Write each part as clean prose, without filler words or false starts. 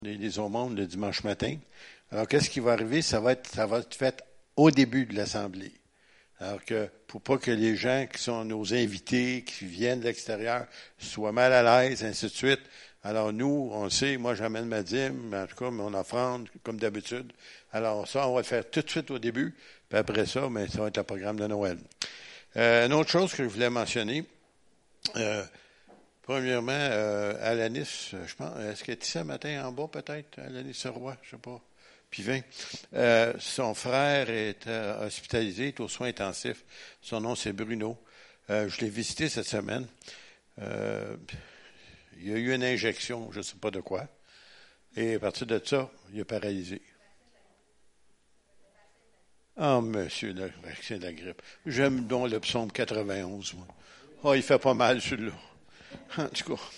les aumônes le dimanche matin. Alors, qu'est-ce qui va arriver? Ça va être fait au début de l'Assemblée. Alors que, pour pas que les gens qui sont nos invités, qui viennent de l'extérieur, soient mal à l'aise, ainsi de suite. Alors, nous, on le sait, moi, j'amène ma dîme, en tout cas, mon offrande, comme d'habitude. Alors, ça, on va le faire tout de suite au début. Puis après ça, mais ça va être le programme de Noël. Une autre chose que je voulais mentionner, premièrement, Alanis, je pense, est-ce qu'elle est ici ce matin en bas, peut-être? Alanis Roy, je sais pas. Pivin. Son frère est hospitalisé, est aux soins intensifs. Son nom, c'est Bruno. Je l'ai visité cette semaine. Il y a eu une injection, je ne sais pas de quoi. Et à partir de ça, il est paralysé. Ah, monsieur, le vaccin de la grippe. J'aime donc le psaume 91, moi. Ah, il fait pas mal, celui-là. En tout cas.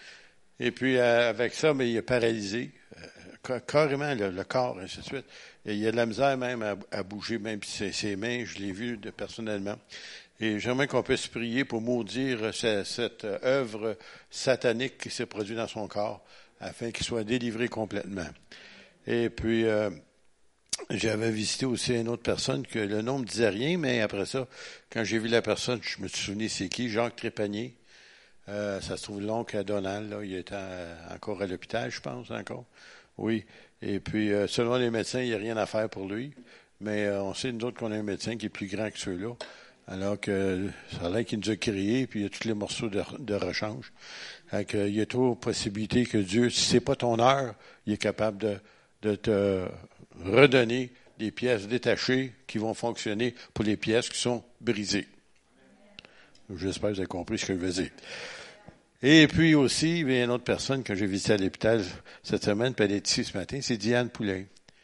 Et puis, avec ça, mais il est paralysé. Carrément, le corps, ainsi de suite. Et il y a de la misère même à bouger, même ses mains, je l'ai vu personnellement. Et j'aimerais qu'on puisse prier pour maudire cette œuvre satanique qui s'est produite dans son corps, afin qu'il soit délivré complètement. Et puis, j'avais visité aussi une autre personne que le nom me disait rien, mais après ça, quand j'ai vu la personne, je me suis souvenu c'est qui, Jacques Trépanier. Ça se trouve l'oncle à Donald, là, il était encore à l'hôpital, je pense, encore. Oui. Et puis, selon les médecins, il n'y a rien à faire pour lui. Mais on sait, nous autres, qu'on a un médecin qui est plus grand que ceux-là. Alors que ça a l'air qu'il nous a créés, puis il y a tous les morceaux de rechange. Donc, il y a trop de possibilités que Dieu, si c'est pas ton heure, il est capable de te redonner des pièces détachées qui vont fonctionner pour les pièces qui sont brisées. J'espère que vous avez compris ce que je veux dire. Et puis aussi, il y a une autre personne que j'ai visitée à l'hôpital cette semaine, puis elle est ici ce matin, c'est Diane Poulain.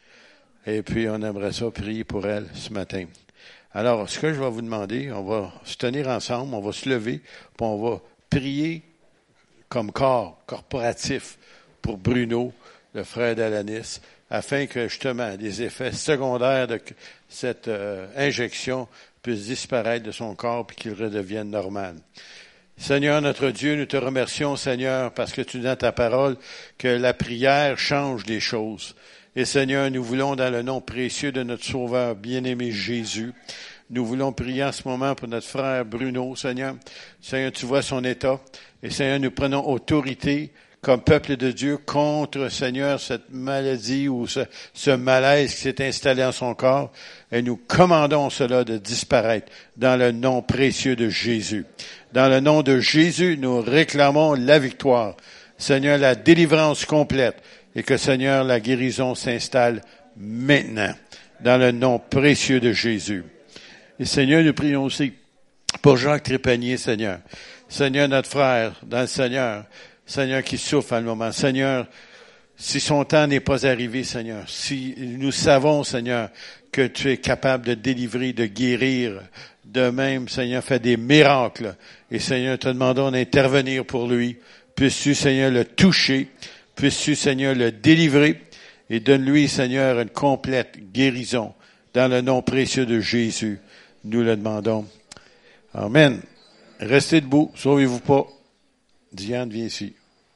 Et puis, on aimerait ça prier pour elle ce matin. Alors, ce que je vais vous demander, on va se tenir ensemble, on va se lever, puis on va prier comme corps corporatif pour Bruno, le frère d'Alanis, afin que justement les effets secondaires de cette injection puissent disparaître de son corps puis qu'il redevienne normal. Seigneur notre Dieu, nous te remercions, Seigneur, parce que tu dis dans ta parole que la prière change les choses. Et Seigneur, nous voulons, dans le nom précieux de notre Sauveur bien-aimé Jésus, nous voulons prier en ce moment pour notre frère Bruno, Seigneur. Seigneur, tu vois son état. Et Seigneur, nous prenons autorité comme peuple de Dieu contre, Seigneur, cette maladie ou ce malaise qui s'est installé en son corps. Et nous commandons cela de disparaître dans le nom précieux de Jésus. Dans le nom de Jésus, nous réclamons la victoire. Seigneur, la délivrance complète. Et que, Seigneur, la guérison s'installe maintenant. Dans le nom précieux de Jésus. Et Seigneur, nous prions aussi pour Jacques Trépanier, Seigneur. Seigneur, notre frère, dans le Seigneur. Seigneur, qui souffre à le moment. Seigneur, si son temps n'est pas arrivé, Seigneur, si nous savons, Seigneur, que tu es capable de délivrer, de guérir, de même, Seigneur, fais des miracles. Et Seigneur, te demandons d'intervenir pour lui. Puisses-tu, Seigneur, le toucher. Puisses-tu, Seigneur, le délivrer. Et donne-lui, Seigneur, une complète guérison. Dans le nom précieux de Jésus, nous le demandons. Amen. Restez debout, sauvez-vous pas. Diane, viens ici.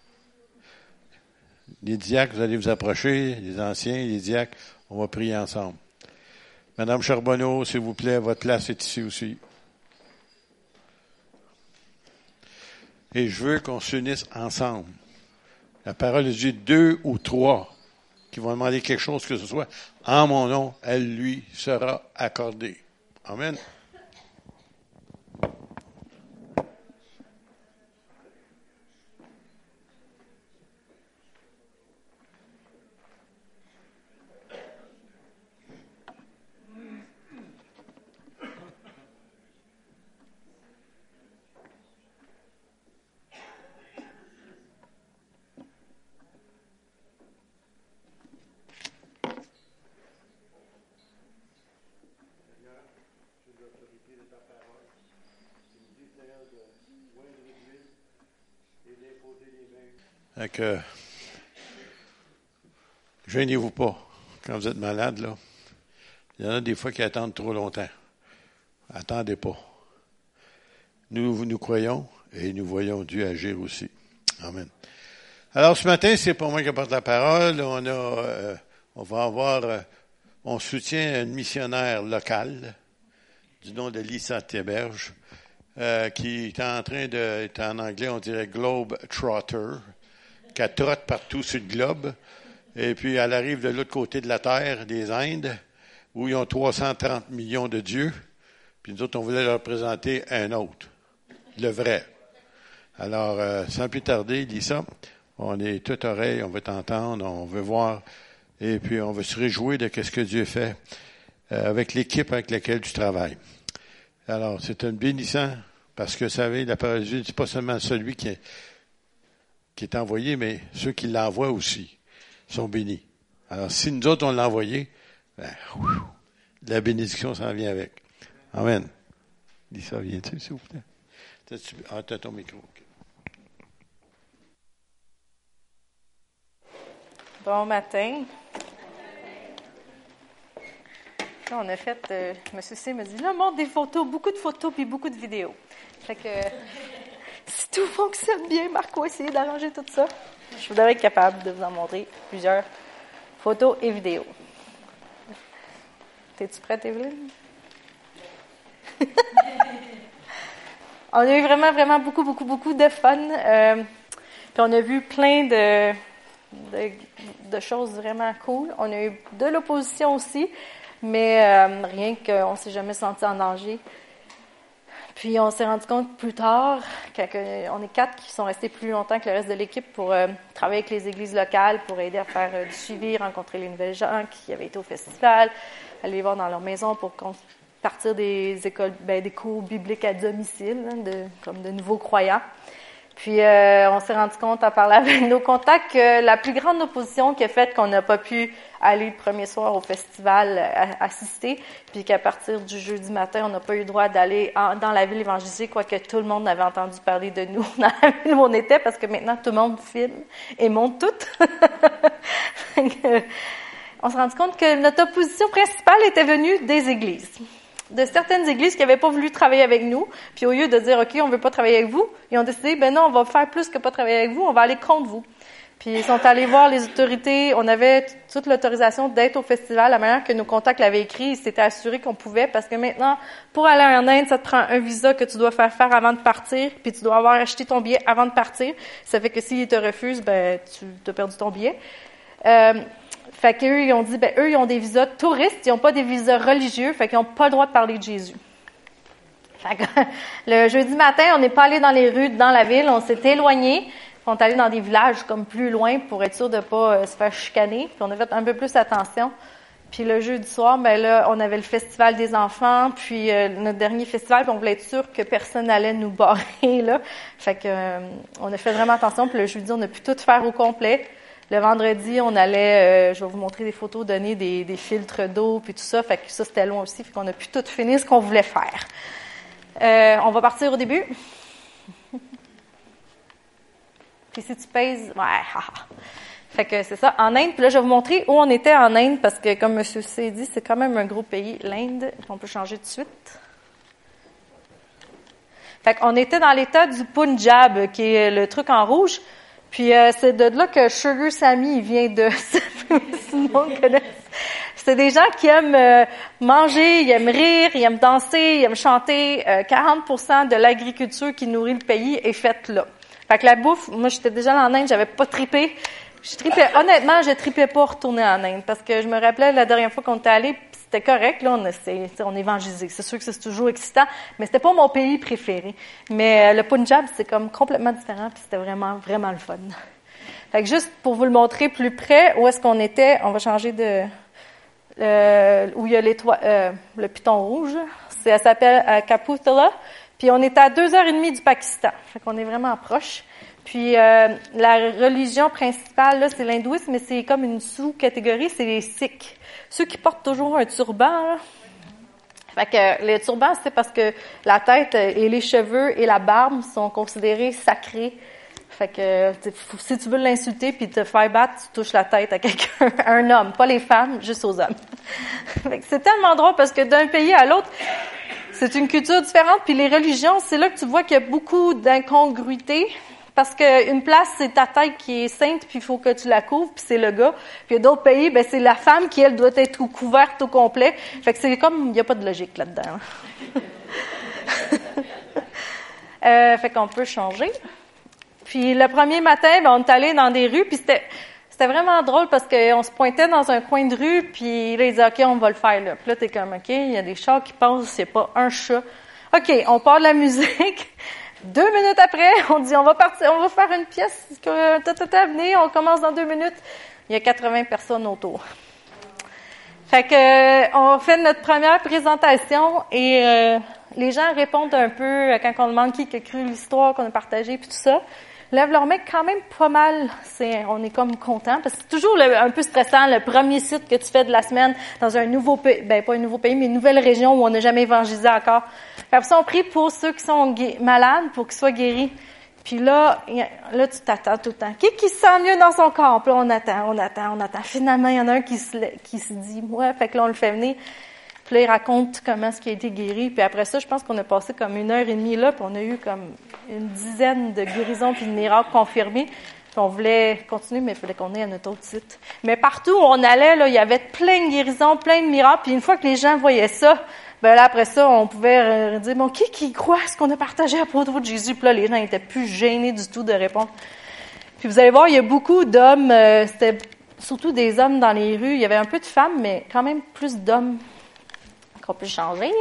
Les diacres, vous allez vous approcher, les anciens, les diacres, on va prier ensemble. Madame Charbonneau, s'il vous plaît, votre place est ici aussi. Et je veux qu'on s'unisse ensemble. La parole dit 2 ou 3 qui vont demander quelque chose que ce soit en mon nom, elle lui sera accordée. Amen. Donc, gênez-vous pas quand vous êtes malade, là. Il y en a des fois qui attendent trop longtemps. Attendez pas. Nous croyons et nous voyons Dieu agir aussi. Amen. Alors, ce matin, c'est pas moi qui porte la parole. On soutient une missionnaire locale du nom de Lisa Théberge, qui est en anglais, on dirait Globe Trotter, qui trotte partout sur le globe. Et puis, elle arrive de l'autre côté de la Terre, des Indes, où ils ont 330 millions de dieux. Puis nous autres, on voulait leur présenter un autre, le vrai. Alors, sans plus tarder, Lisa, on est tout oreille, on veut t'entendre, on veut voir, et puis on veut se réjouir de ce que Dieu fait avec l'équipe avec laquelle tu travailles. Alors, c'est un bénissant, parce que, vous savez, la parole de Dieu, c'est pas seulement celui qui est envoyé, mais ceux qui l'envoient aussi sont bénis. Alors, si nous autres, on l'a envoyé, la bénédiction s'en vient avec. Amen. Lisa, viens-tu, s'il vous plaît? T'as ton micro. Okay. Bon matin. Là, on a fait, M. C me dit, là, montre des photos, beaucoup de photos puis beaucoup de vidéos. Fait que, si tout fonctionne bien, Marco a essayé d'arranger tout ça. Je voudrais être capable de vous en montrer plusieurs photos et vidéos. T'es-tu prête, Evelyne? On a eu vraiment beaucoup de fun. Puis on a vu plein de choses vraiment cool. On a eu de l'opposition aussi, mais rien qu'on ne s'est jamais senti en danger. Puis on s'est rendu compte plus tard qu'on est 4 qui sont restés plus longtemps que le reste de l'équipe pour travailler avec les églises locales, pour aider à faire du suivi, rencontrer les nouvelles gens qui avaient été au festival, aller les voir dans leur maison pour partir des écoles, des cours bibliques à domicile, comme de nouveaux croyants. Puis on s'est rendu compte en parlant avec nos contacts que la plus grande opposition qui a fait qu'on n'a pas pu aller le premier soir au festival assister, puis qu'à partir du jeudi matin, on n'a pas eu le droit d'aller dans la ville évangélisée, quoique tout le monde avait entendu parler de nous dans la ville où on était, parce que maintenant tout le monde filme et monte tout. On s'est rendu compte que notre opposition principale était venue des églises. De certaines églises qui n'avaient pas voulu travailler avec nous, puis au lieu de dire, OK, on ne veut pas travailler avec vous, ils ont décidé, non, on va faire plus que pas travailler avec vous, on va aller contre vous. Puis ils sont allés voir les autorités, on avait toute l'autorisation d'être au festival, la manière que nos contacts l'avaient écrit, ils s'étaient assurés qu'on pouvait, parce que maintenant, pour aller en Inde, ça te prend un visa que tu dois faire avant de partir, puis tu dois avoir acheté ton billet avant de partir. Ça fait que s'ils te refusent, tu as perdu ton billet. Fait qu'eux, ils ont dit, eux, ils ont des visas touristes, ils n'ont pas des visas religieux, fait qu'ils n'ont pas le droit de parler de Jésus. Fait que, le jeudi matin, on n'est pas allé dans les rues, dans la ville, on s'est éloigné, on est allé dans des villages comme plus loin pour être sûr de pas se faire chicaner, puis on a fait un peu plus attention. Puis le jeudi soir, là, on avait le festival des enfants, puis notre dernier festival, puis on voulait être sûr que personne n'allait nous barrer, là. Fait que, on a fait vraiment attention, puis le jeudi, on a pu tout faire au complet. Le vendredi, on allait, je vais vous montrer des photos, donner des filtres d'eau, puis tout ça. Fait que ça, c'était loin aussi, fait qu'on a pu tout finir ce qu'on voulait faire. On va partir au début. Puis si tu pèses, Fait que c'est ça, en Inde. Puis là, je vais vous montrer où on était en Inde, parce que comme M. C. dit, c'est quand même un gros pays, l'Inde. On peut changer tout de suite. Fait qu'on était dans l'état du Punjab, qui est le truc en rouge. Puis c'est de là que Sugar Sammy il vient de. Sinon, c'est des gens qui aiment manger, ils aiment rire, ils aiment danser, ils aiment chanter. 40% de l'agriculture qui nourrit le pays est faite là. Fait que la bouffe, moi j'étais déjà en Inde, j'avais pas trippé. Honnêtement, je tripais pas retourner en Inde, parce que je me rappelais la dernière fois qu'on était allé, c'était correct, là, on évangélisait. C'est sûr que c'est toujours excitant, mais c'était pas mon pays préféré. Mais le Punjab, c'est comme complètement différent, puis c'était vraiment le fun. Fait que juste pour vous le montrer plus près, où est-ce qu'on était, on va changer de où il y a le piton rouge. Ça s'appelle Kapurthala. Puis on était à 2h30 du Pakistan. Fait qu'on est vraiment proche. Puis la religion principale, là, c'est l'hindouisme, mais c'est comme une sous-catégorie, c'est les Sikhs. Ceux qui portent toujours un turban, là. Fait que le turban, c'est parce que la tête et les cheveux et la barbe sont considérés sacrés. Fait que si tu veux l'insulter puis te faire battre, tu touches la tête à quelqu'un, à un homme, pas les femmes, juste aux hommes. Fait que c'est tellement drôle parce que d'un pays à l'autre, c'est une culture différente. Puis les religions, c'est là que tu vois qu'il y a beaucoup d'incongruités. Parce que une place, c'est ta tête qui est sainte, puis il faut que tu la couvres, puis c'est le gars. Puis il y a d'autres pays, ben c'est la femme qui, elle, doit être couverte au complet. Fait que c'est comme, il n'y a pas de logique là-dedans. Fait qu'on peut changer. Puis le premier matin, ben, on est allé dans des rues, puis c'était vraiment drôle parce qu'on se pointait dans un coin de rue, puis là, ils disaient, OK, on va le faire là. Puis là, t'es comme, OK, il y a des chars qui passent, il n'y a pas un chat. OK, on part de la musique. 2 minutes après, on dit, on va faire une pièce, venez, on commence dans 2 minutes. Il y a 80 personnes autour. Fait que, on fait notre première présentation et les gens répondent un peu quand on demande qui a cru l'histoire qu'on a partagée puis tout ça. Lève leur main quand même pas mal. On est comme content parce que c'est toujours un peu stressant le premier site que tu fais de la semaine dans un nouveau pays, ben pas un nouveau pays mais une nouvelle région où on n'a jamais évangélisé encore. Après ça, on prie pour ceux qui sont malades pour qu'ils soient guéris. Puis là tu t'attends tout le temps. Qui se sent mieux dans son corps? Puis là on attend. Finalement, il y en a un qui se dit moi, fait que là on le fait venir. Puis là, il raconte comment est-ce qu'il a été guéri. Puis après ça, je pense qu'on a passé comme 1h30 là, puis on a eu comme une dizaine de guérisons puis de miracles confirmés. Puis on voulait continuer, mais il fallait qu'on ait un autre site. Mais partout où on allait, là, il y avait plein de guérisons, plein de miracles. Puis une fois que les gens voyaient ça, ben là, après ça, on pouvait dire, bon, qui croit à ce qu'on a partagé à propos de Jésus? Puis là, les gens étaient plus gênés du tout de répondre. Puis vous allez voir, il y a beaucoup d'hommes, c'était surtout des hommes dans les rues. Il y avait un peu de femmes, mais quand même plus d'hommes. On peut changer.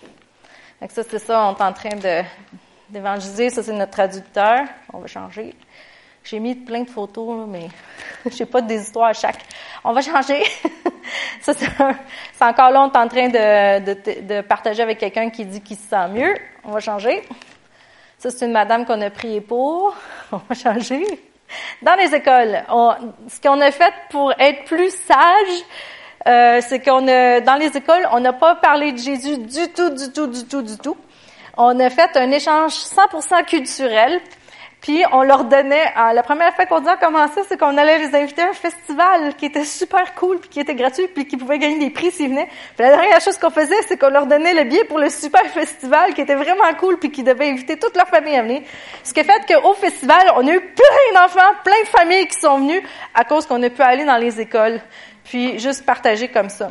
Donc ça, c'est ça, on est en train d'évangéliser. Ça, c'est notre traducteur. On va changer. J'ai mis plein de photos, là, mais j'ai pas des histoires à chaque. On va changer. Ça, c'est encore là, on est en train de partager avec quelqu'un qui dit qu'il se sent mieux. On va changer. Ça, c'est une madame qu'on a prié pour. On va changer. Dans les écoles, ce qu'on a fait pour être plus sage, c'est dans les écoles, on n'a pas parlé de Jésus du tout. On a fait un échange 100% culturel, puis on leur donnait, la première fois qu'on a commencé, c'est qu'on allait les inviter à un festival qui était super cool, puis qui était gratuit, puis qui pouvait gagner des prix s'ils venaient. Puis la dernière chose qu'on faisait, c'est qu'on leur donnait le billet pour le super festival qui était vraiment cool, puis qui devait inviter toute leur famille à venir. Ce qui a fait qu'au festival, on a eu plein d'enfants, plein de familles qui sont venues à cause qu'on a pu aller dans les écoles. Puis juste partager comme ça.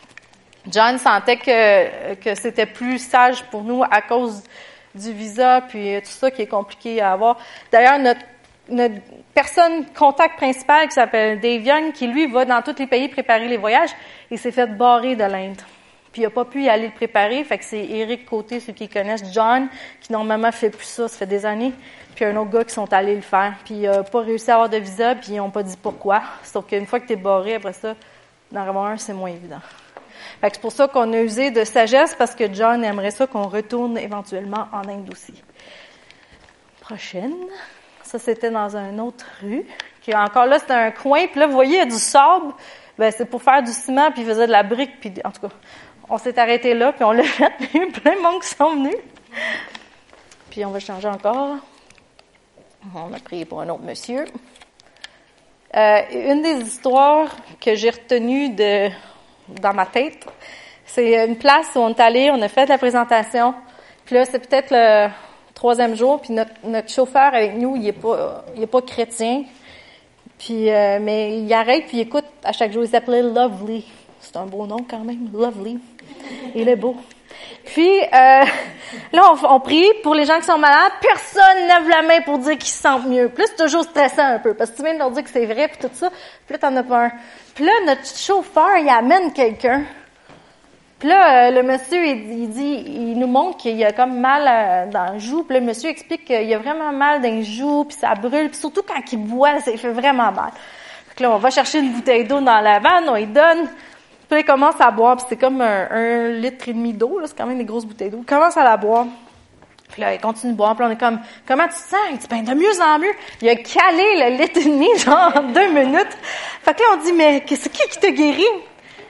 John sentait que c'était plus sage pour nous à cause du visa, puis tout ça qui est compliqué à avoir. D'ailleurs, notre personne contact principale qui s'appelle Dave Young, qui lui va dans tous les pays préparer les voyages, il s'est fait barrer de l'Inde. Puis il n'a pas pu y aller le préparer, fait que c'est Éric Côté, ceux qui connaissent, John, qui normalement fait plus ça fait des années, puis un autre gars qui sont allés le faire. Puis il n'a pas réussi à avoir de visa, puis ils n'ont pas dit pourquoi. Sauf qu'une fois que tu es barré, après ça, d'en avoir un, c'est moins évident. Fait que c'est pour ça qu'on a usé de sagesse, parce que John aimerait ça qu'on retourne éventuellement en Inde aussi. Prochaine. Ça, c'était dans une autre rue. Encore là, c'était un coin, puis là, vous voyez, il y a du sable. Ben, c'est pour faire du ciment, puis il faisait de la brique, puis en tout cas, on s'est arrêté là, puis on l'a fait, puis il y a eu plein de monde qui sont venus. Puis on va changer encore. On a prié pour un autre monsieur. Une des histoires que j'ai retenues dans ma tête, c'est une place où on est allé, on a fait la présentation, puis là, c'est peut-être le 3e jour, puis notre chauffeur avec nous, il est pas chrétien, puis mais il arrête, puis il écoute à chaque jour. Il s'appelait Lovely. C'est un beau nom quand même, Lovely. Il est beau. Puis là, on prie pour les gens qui sont malades. Personne lève la main pour dire qu'ils se sentent mieux. Puis là, c'est toujours stressant un peu, parce que tu viens de leur dire que c'est vrai, puis tout ça. Puis là, t'en as pas un. Puis là, notre chauffeur, il amène quelqu'un. Puis là, le monsieur, il nous montre qu'il a comme mal dans le joue. Puis là, le monsieur explique qu'il a vraiment mal dans le joue, puis ça brûle. Puis surtout quand il boit, ça lui fait vraiment mal. Fait que là, on va chercher une bouteille d'eau dans la vanne, on lui donne. Puis là, il commence à boire, puis c'est comme 1,5 litre d'eau, là, c'est quand même des grosses bouteilles d'eau. Il commence à la boire. Puis là, il continue de boire, puis là, on est comme, comment tu te sens? Il dit, ben, de mieux en mieux. Il a calé le litre et demi, genre, en 2 minutes. Fait que là, on dit, mais c'est qui t'a guéri?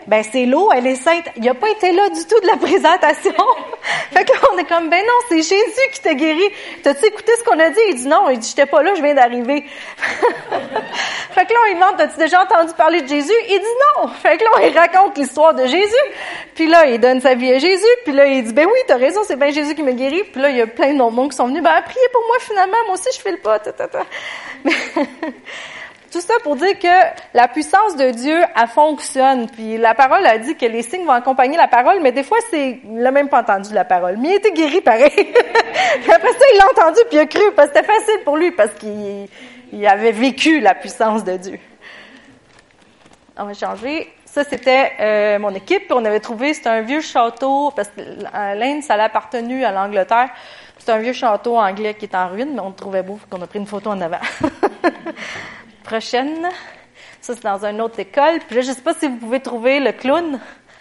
ben c'est l'eau, elle est sainte. Il a pas été là du tout de la présentation. Fait que là, on est comme, ben non, c'est Jésus qui t'a guéri. T'as-tu écouté ce qu'on a dit? Il dit non. Il dit, j'étais pas là, je viens d'arriver. Fait que là, on lui demande, t'as-tu déjà entendu parler de Jésus? Il dit non. Fait que là, on lui raconte l'histoire de Jésus. Puis là, il donne sa vie à Jésus. Puis là, il dit, ben oui, t'as raison, c'est bien Jésus qui m'a guéri. Puis là, il y a plein d'autres monde qui sont venus, ben priez pour moi finalement, moi aussi je file pas. Mais tout ça pour dire que la puissance de Dieu, elle fonctionne. Puis la parole a dit que les signes vont accompagner la parole, mais des fois, il n'a même pas entendu la parole. Mais il était guéri pareil. Puis après ça, il l'a entendu, puis il a cru, parce que c'était facile pour lui, parce qu'il avait vécu la puissance de Dieu. On va changer. Ça, c'était mon équipe, puis on avait trouvé, c'était un vieux château, parce que l'Inde, ça l'a appartenu à l'Angleterre. C'est un vieux château anglais qui est en ruine, mais on le trouvait beau, qu'on a pris une photo en avant. Prochaine. Ça, c'est dans une autre école. Puis là, je sais pas si vous pouvez trouver le clown.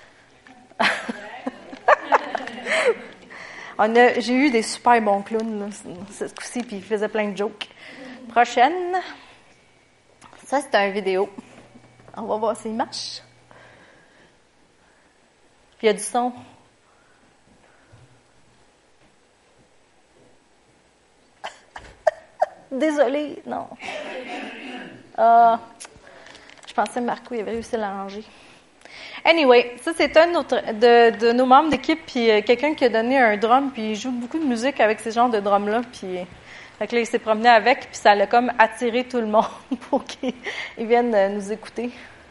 J'ai eu des super bons clowns, là, ce coup-ci, puis ils faisaient plein de jokes. Prochaine. Ça, c'est une vidéo. On va voir s'il marche. Puis il y a du son. Désolée, non. Je pensais que Marco il avait réussi à l'arranger. Anyway, ça c'est un autre de nos membres d'équipe, puis quelqu'un qui a donné un drum, puis il joue beaucoup de musique avec ces genres de drums-là, puis fait que là, il s'est promené avec, puis ça l'a comme attiré tout le monde pour qu'ils viennent nous écouter.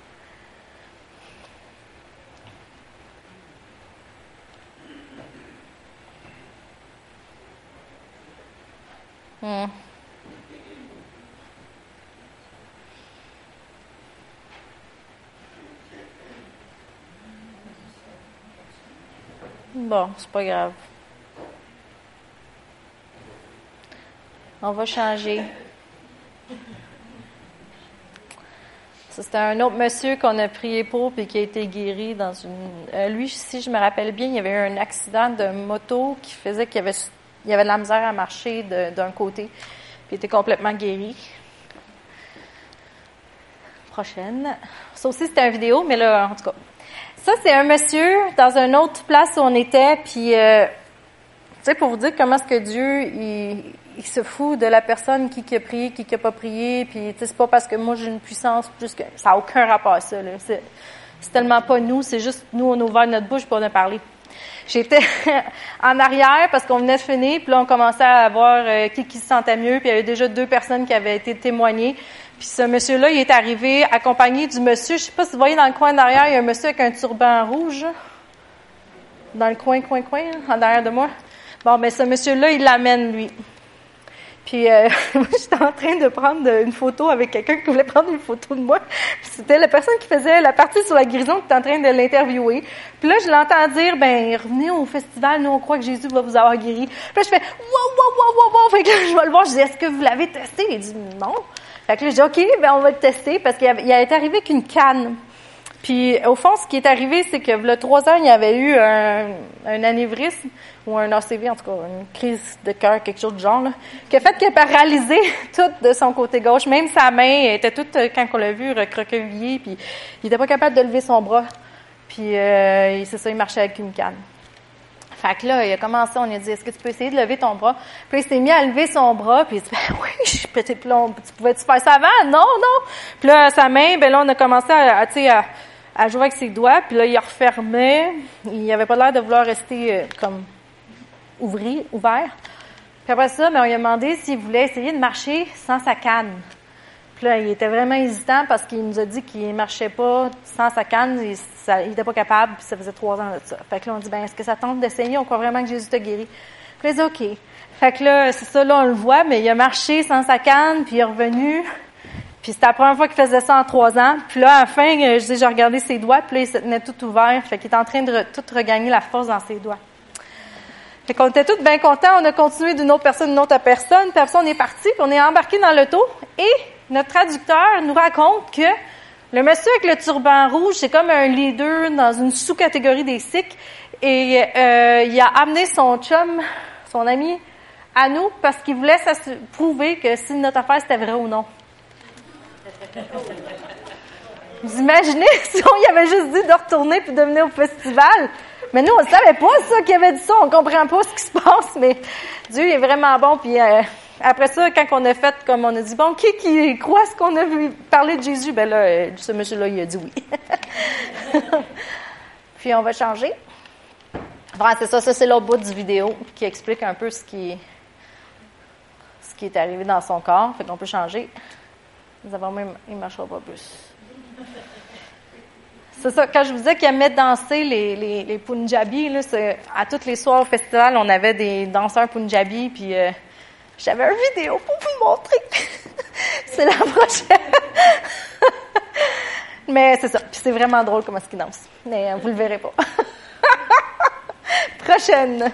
Bon, c'est pas grave. On va changer. Ça, c'était un autre monsieur qu'on a prié pour puis qui a été guéri dans une... lui, si je me rappelle bien, il y avait eu un accident de moto qui faisait qu'il y avait de la misère à marcher d'un côté. Puis il était complètement guéri. Prochaine. Ça aussi, c'était une vidéo, mais là, en tout cas... Ça, c'est un monsieur dans une autre place où on était, puis, tu sais, pour vous dire comment est-ce que Dieu, il se fout de la personne qui a prié, qui n'a pas prié, puis, tu sais, c'est pas parce que moi j'ai une puissance plus que... Ça n'a aucun rapport à ça, là. C'est tellement pas nous, c'est juste nous, on a ouvert notre bouche pour en parler. J'étais en arrière parce qu'on venait de finir, puis là, on commençait à voir qui se sentait mieux, puis il y avait déjà 2 personnes qui avaient été témoignées. Puis ce monsieur-là, il est arrivé accompagné du monsieur, je sais pas si vous voyez dans le coin d'arrière, il y a un monsieur avec un turban rouge. Dans le coin, en arrière de moi. Bon, ben ce monsieur-là, il l'amène, lui. Puis moi, j'étais en train de prendre une photo avec quelqu'un qui voulait prendre une photo de moi. Puis c'était la personne qui faisait la partie sur la guérison qui était en train de l'interviewer. Puis là, je l'entends dire, ben revenez au festival, nous on croit que Jésus va vous avoir guéri. Puis là, je fais wow. Fait que là, je vais le voir, je dis, est-ce que vous l'avez testé? Il dit non. Fait que là, je dis, OK, ben on va le tester parce qu'il est arrivé avec une canne. Puis, au fond, ce qui est arrivé, c'est que, là, 3 ans, il y avait eu un anévrisme, ou un ACV, en tout cas, une crise de cœur, quelque chose de genre, là, qui a fait qu'il a paralysé tout de son côté gauche. Même sa main était toute, quand on l'a vu, recroquevillée, puis il était pas capable de lever son bras. Puis, c'est ça, il marchait avec une canne. Fait que là, il a commencé, on lui a dit, est-ce que tu peux essayer de lever ton bras? Puis il s'est mis à lever son bras, puis il dit, ben oui, tu pouvais-tu faire ça avant? Non. Puis là, sa main, ben là, on a commencé à jouer avec ses doigts, puis là, il a refermé. Il avait pas l'air de vouloir rester comme ouvert. Puis après ça, ben, on lui a demandé s'il voulait essayer de marcher sans sa canne. Puis là, il était vraiment hésitant parce qu'il nous a dit qu'il marchait pas sans sa canne. Il était pas capable, puis ça faisait 3 ans de ça. Fait que là, on dit, ben, est-ce que ça tente d'essayer? On croit vraiment que Jésus t'a guéri. Puis il a dit, OK. Fait que là, c'est ça, là, on le voit, mais il a marché sans sa canne, puis il est revenu. Puis c'était la première fois qu'il faisait ça en 3 ans. Puis là, à la fin, j'ai regardé ses doigts, puis là, il se tenait tout ouvert. Fait qu'il était en train de tout regagner la force dans ses doigts. Fait qu'on était tous bien contents. On a continué d'une autre personne, Puis après ça, on est parti, puis on est embarqué dans l'auto. Et notre traducteur nous raconte que le monsieur avec le turban rouge, c'est comme un leader dans une sous-catégorie des Sikhs. Et il a amené son chum, son ami, à nous parce qu'il voulait prouver que si notre affaire, c'était vrai ou non. Vous imaginez si on y avait juste dit de retourner puis de venir au festival? Mais nous, on ne savait pas ça qu'il avait dit ça. On comprend pas ce qui se passe, mais Dieu est vraiment bon. Puis après ça, quand on a fait comme on a dit, bon, qui croit ce qu'on a vu parler de Jésus? Ben là, ce monsieur-là, il a dit oui. Puis on va changer. Voilà, c'est ça. Ça, c'est l'autre bout du vidéo qui explique un peu ce qui est arrivé dans son corps. Fait qu'on peut changer. Nous avons même, il ne marchera pas plus. C'est ça, quand je vous disais qu'il aimait danser les Punjabis, là, à tous les soirs au festival, on avait des danseurs Punjabis, puis j'avais une vidéo pour vous montrer. C'est la prochaine. Mais c'est ça, puis c'est vraiment drôle comment est-ce qu'ils dansent. Mais vous le verrez pas. Prochaine.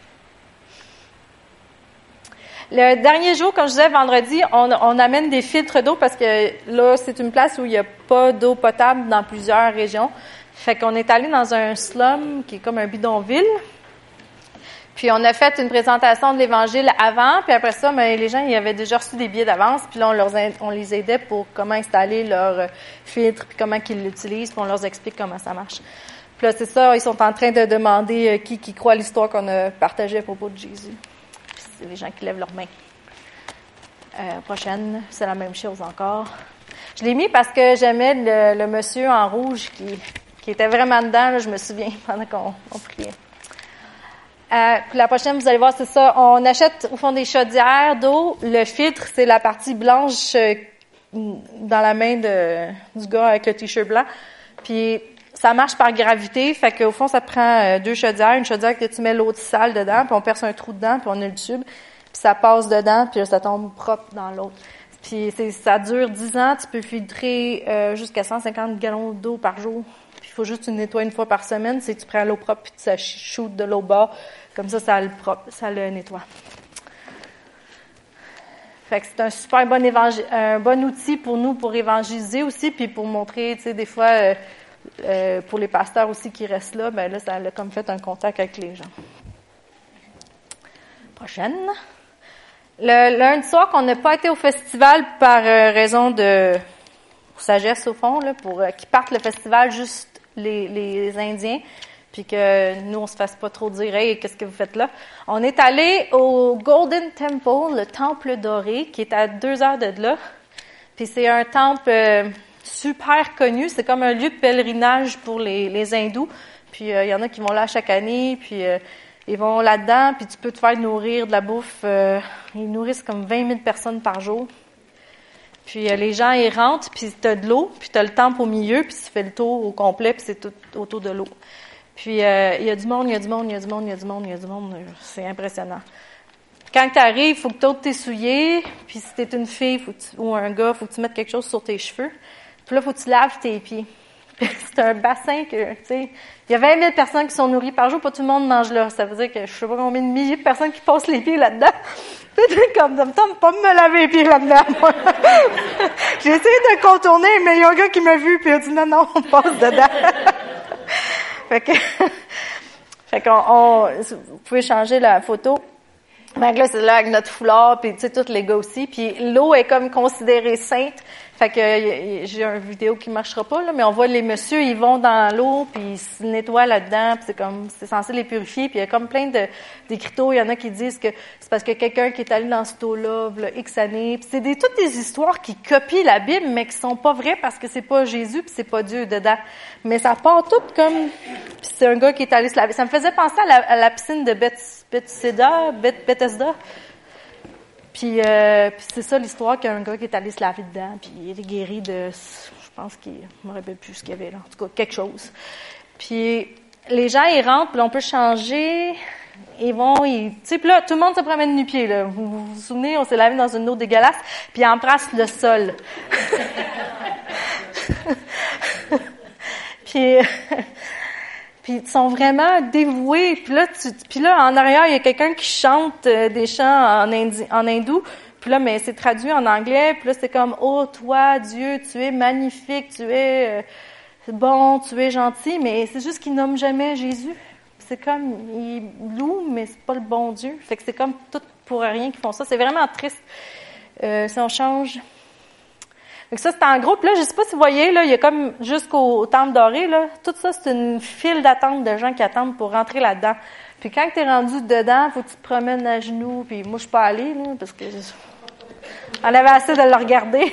Le dernier jour, comme je disais, vendredi, on amène des filtres d'eau parce que là, c'est une place où il n'y a pas d'eau potable dans plusieurs régions. Fait qu'on est allé dans un slum qui est comme un bidonville. Puis on a fait une présentation de l'Évangile avant, puis après ça, les gens, ils avaient déjà reçu des billets d'avance, puis là, on les aidait pour comment installer leur filtre, puis comment qu'ils l'utilisent, puis on leur explique comment ça marche. Puis là, c'est ça, ils sont en train de demander qui croit l'histoire qu'on a partagée à propos de Jésus. C'est les gens qui lèvent leurs mains. Prochaine, c'est la même chose encore. Je l'ai mis parce que j'aimais le monsieur en rouge qui était vraiment dedans, là, je me souviens, pendant qu'on priait. Puis la prochaine, vous allez voir, c'est ça. On achète au fond des chaudières d'eau. Le filtre, c'est la partie blanche dans la main du gars avec le t-shirt blanc. Puis ça marche par gravité, fait qu'au fond, ça prend 2 chaudières. Une chaudière que tu mets l'eau sale dedans, puis on perce un trou dedans, puis on a le tube, puis ça passe dedans, puis là, ça tombe propre dans l'autre. Puis ça dure 10 ans, tu peux filtrer jusqu'à 150 gallons d'eau par jour. Puis il faut juste que tu le nettoies une fois par semaine, c'est que tu prends l'eau propre, puis tu shoot de l'eau bas, comme ça le nettoie. Fait que c'est un super bon outil pour nous pour évangéliser aussi, puis pour montrer, tu sais, des fois... pour les pasteurs aussi qui restent là, ben là, ça a comme fait un contact avec les gens. Prochaine. Le lundi soir qu'on n'a pas été au festival par raison de sagesse au fond, là, pour qu'ils partent le festival juste les Indiens, puis que nous, on se fasse pas trop dire « Hey, qu'est-ce que vous faites là? » On est allé au Golden Temple, le temple doré, qui est à 2 heures de là. Puis c'est un temple... super connu, c'est comme un lieu de pèlerinage pour les hindous. Puis il y en a qui vont là chaque année, puis ils vont là-dedans, puis tu peux te faire nourrir de la bouffe. Ils nourrissent comme 20 000 personnes par jour. Puis les gens, ils rentrent, puis tu as de l'eau, puis tu as le temple au milieu, puis tu fais le tour au complet, puis c'est tout autour de l'eau. Puis il y a du monde, il y a du monde, il y a du monde, il y a du monde, il y a du monde. C'est impressionnant. Quand tu arrives, il faut que tu ôtes tes souliers, puis si tu es une fille ou un gars, il faut que tu mettes quelque chose sur tes cheveux. Puis là, il faut que tu laves tes pieds. C'est un bassin que, tu sais, il y a 20 000 personnes qui sont nourries par jour, pas tout le monde mange là. Ça veut dire que je sais pas combien de milliers de personnes qui passent les pieds là-dedans. C'est comme, ça me tente pas de me laver les pieds là-dedans, moi. J'ai essayé de contourner, mais il y a un gars qui m'a vu, puis il a dit non, on passe dedans. Fait qu'on, vous pouvez changer la photo. Ben là, c'est là avec notre foulard, puis tu sais, tous les gars aussi. Puis l'eau est comme considérée sainte. Fait que j'ai une vidéo qui marchera pas, là, mais on voit les messieurs, ils vont dans l'eau, puis ils se nettoient là-dedans, puis c'est censé les purifier. Puis il y a comme plein d'écriteaux. Il y en a qui disent que c'est parce que quelqu'un qui est allé dans cette eau-là, là, X années. Puis c'est toutes des histoires qui copient la Bible, mais qui sont pas vraies parce que c'est pas Jésus, puis c'est pas Dieu dedans. Mais ça part tout comme... Puis c'est un gars qui est allé se laver. Ça me faisait penser à la piscine de Bethesda. Puis c'est ça l'histoire qu'il y a un gars qui est allé se laver dedans, puis il est guéri de... Je pense qu'il ne me rappelle plus ce qu'il y avait là. En tout cas, quelque chose. Puis les gens, ils rentrent, puis on peut changer... Ils vont, tu sais, puis là, tout le monde se promène nu-pied, là. Vous souvenez, on s'est lavé dans une eau dégueulasse, puis ils embrassent le sol. Puis ils sont vraiment dévoués. Puis là, en arrière, il y a quelqu'un qui chante des chants en hindou. Puis là, mais c'est traduit en anglais. Puis là, c'est comme, oh, toi, Dieu, tu es magnifique, tu es bon, tu es gentil. Mais c'est juste qu'ils nomment jamais Jésus. C'est comme, ils louent, mais c'est pas le bon Dieu. Fait que c'est comme tout pour rien qu'ils font ça. C'est vraiment triste. Si on change. Donc ça, c'est en groupe. Là, je sais pas si vous voyez, là, il y a comme jusqu'au temple doré, là. Tout ça, c'est une file d'attente de gens qui attendent pour rentrer là-dedans. Puis quand tu es rendu dedans, faut que tu te promènes à genoux. Puis moi, je suis pas allée, là, parce que on avait assez de le regarder.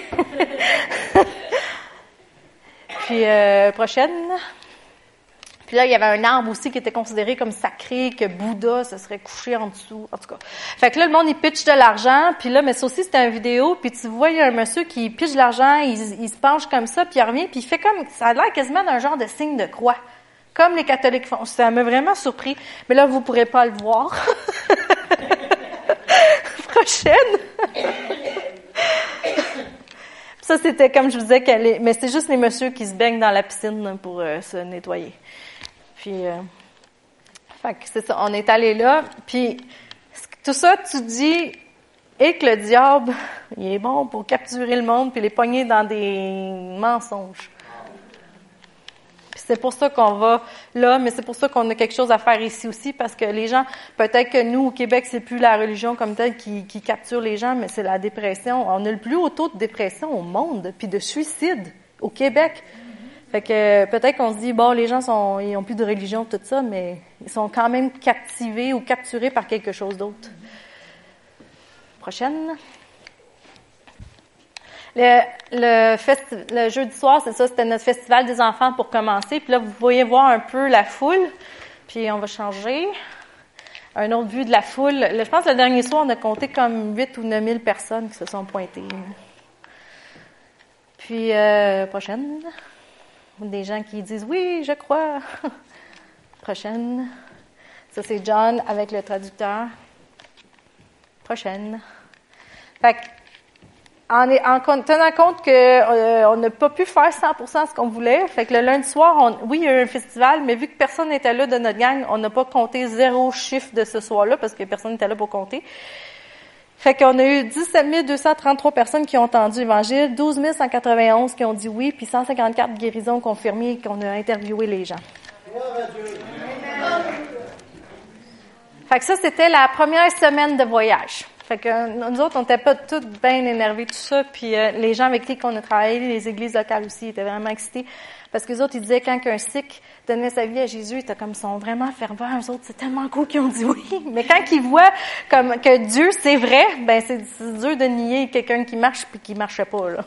Puis prochaine. Puis là, il y avait un arbre aussi qui était considéré comme sacré, que Bouddha se serait couché en dessous. En tout cas. Fait que là, le monde, il pitch de l'argent. Puis là, mais ça aussi, c'était une vidéo. Puis tu vois, il y a un monsieur qui pitch de l'argent, il se penche comme ça, puis il revient, puis il fait comme, ça a l'air quasiment d'un genre de signe de croix. Comme les catholiques font. Ça m'a vraiment surpris. Mais là, vous pourrez pas le voir. Prochaine. Ça, c'était comme je vous disais, mais c'est juste les messieurs qui se baignent dans la piscine pour se nettoyer. Puis, fait que c'est ça, on est allé là. Puis, tout ça, tu dis, et que le diable, il est bon pour capturer le monde puis les pogner dans des mensonges. Puis c'est pour ça qu'on va là, mais c'est pour ça qu'on a quelque chose à faire ici aussi, parce que les gens, peut-être que nous, au Québec, c'est plus la religion comme telle qui capture les gens, mais c'est la dépression. On a le plus haut taux de dépression au monde, puis de suicide au Québec. Fait que peut-être qu'on se dit, bon, les gens ils ont plus de religion, tout ça, mais ils sont quand même captivés ou capturés par quelque chose d'autre. Prochaine. Le jeudi soir, c'est ça, c'était notre festival des enfants pour commencer. Puis là, vous voyez voir un peu la foule. Puis on va changer. Un autre vue de la foule. Je pense que le dernier soir, on a compté comme 8 ou 9 000 personnes qui se sont pointées. Puis, prochaine. Des gens qui disent « Oui, je crois. » Prochaine. Ça, c'est John avec le traducteur. Prochaine. Fait que, en tenant compte que on n'a pas pu faire 100% ce qu'on voulait, fait que le lundi soir, oui, il y a eu un festival, mais vu que personne n'était là de notre gang, on n'a pas compté 0 chiffre de ce soir-là, parce que personne n'était là pour compter. Fait qu'on a eu 17 233 personnes qui ont entendu l'Évangile, 12 191 qui ont dit oui, puis 154 guérisons confirmées qu'on a interviewé les gens. Fait que ça, c'était la première semaine de voyage. Fait que nous autres, on n'était pas toutes bien énervés, tout ça, puis les gens avec qui on a travaillé, les églises locales aussi, étaient vraiment excités. Parce que les autres, ils disaient quand un Sikh donnait sa vie à Jésus, ils étaient comme, ils sont vraiment fervents, eux autres, c'est tellement cool qu'ils ont dit oui. Mais quand ils voient comme que Dieu, c'est vrai, ben c'est dur de nier quelqu'un qui marche puis qui marchait pas, là.